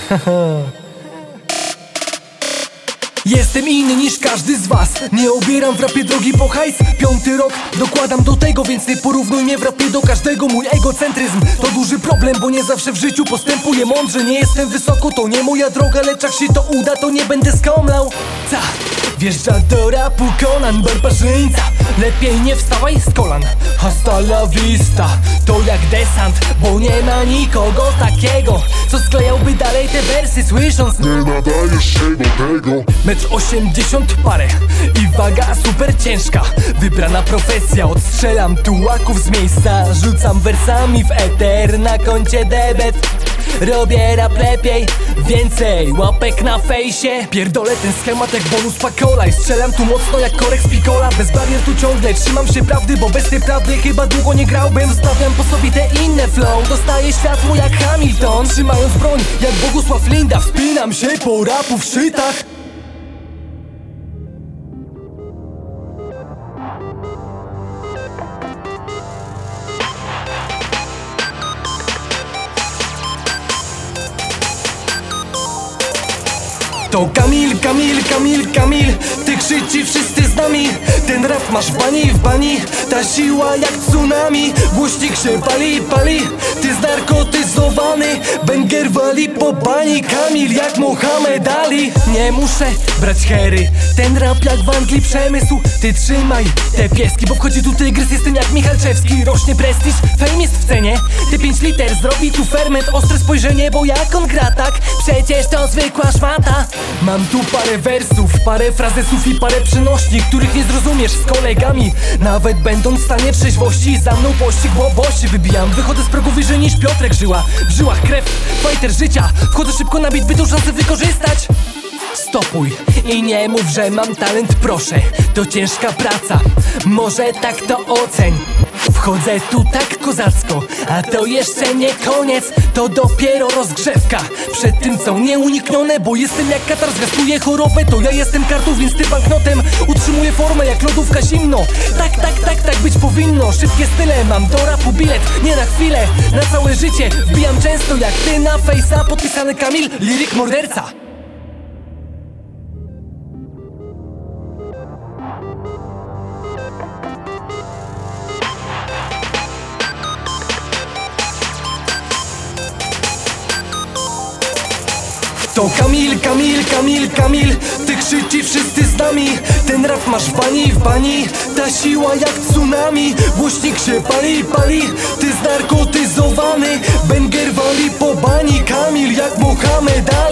Jestem inny niż każdy z was. Nie obieram w rapie drogi po hajs. 5. rok dokładam do tego, więc nie porównuj mnie w rapie do każdego. Mój egocentryzm to duży problem, bo nie zawsze w życiu postępuję mądrze. Nie jestem wysoko, to nie moja droga, lecz jak się to uda, to nie będę skomlał. Ca, wjeżdża do rapu Conan, barbarzyńca. Lepiej nie wstawaj z kolan. Hasta la vista, to jak desant, bo nie ma nikogo takiego, co sklejałby dalej te wersy, słysząc: nie nadajesz się do tego. 1,80 m parę i waga super ciężka. Wybrana profesja, odstrzelam tułaków z miejsca. Rzucam wersami w eter, na koncie debet. Robię rap lepiej, więcej łapek na fejsie. Pierdolę ten schemat jak bonus pakola i strzelam tu mocno jak korek z pikola. Bez barier tu ciągle trzymam się prawdy, bo bez tej prawdy chyba długo nie grałbym. Zostawiam po sobie te inne flow, dostaję światło jak Hamilton, trzymając broń jak Bogusław Linda. Wspinam się po rapu w szczytach. To Kamil, Kamil, Kamil, Kamil. Ty krzyczy wszyscy z nami. Ten rap masz w bani. Ta siła jak tsunami. Głośnik się pali, pali. Ty znarkotyzowany. Banger wali po bani. Kamil jak Mohamed Ali. Nie muszę brać hery. Ten rap jak w Anglii przemysł. Ty trzymaj te pieski, bo wchodzi tu tygrys. Jestem jak Michalczewski. Rośnie prestiż, fame jest w cenie. Ty 5 liter zrobi tu ferment. Ostre spojrzenie, bo jak on gra tak, przecież to zwykła szmata. Mam tu parę wersów, parę frazesów i parę przenośni, których nie zrozumiesz z kolegami, nawet będąc w stanie trzeźwości. Za mną pościg, bo bości wybijam. Wychodzę z progu wyżej niż Piotrek Żyła. W żyłach krew, fighter życia. Wchodzę szybko na beat, by tą szansę wykorzystać. Stopuj i nie mów, że mam talent, proszę. To ciężka praca, może tak to oceń. Wchodzę tu tak kozacko, a to jeszcze nie koniec. To dopiero rozgrzewka przed tym, co nieuniknione. Bo jestem jak katar, zwiastuję chorobę. To ja jestem kartą, więc ty banknotem. Utrzymuję formę jak lodówka zimno. Tak być powinno. Szybkie style, mam do rapu bilet. Nie na chwilę, na całe życie. Wbijam często jak ty na fejsa. Podpisany Kamil, liryk morderca. To Kamil, Kamil, Kamil, Kamil. Ty krzyczy wszyscy z nami. Ten rap masz w bani. Ta siła jak tsunami. Głośnik się pali, pali. Ty znarkotyzowany. Banger wali po bani. Kamil jak Mohamed Ali.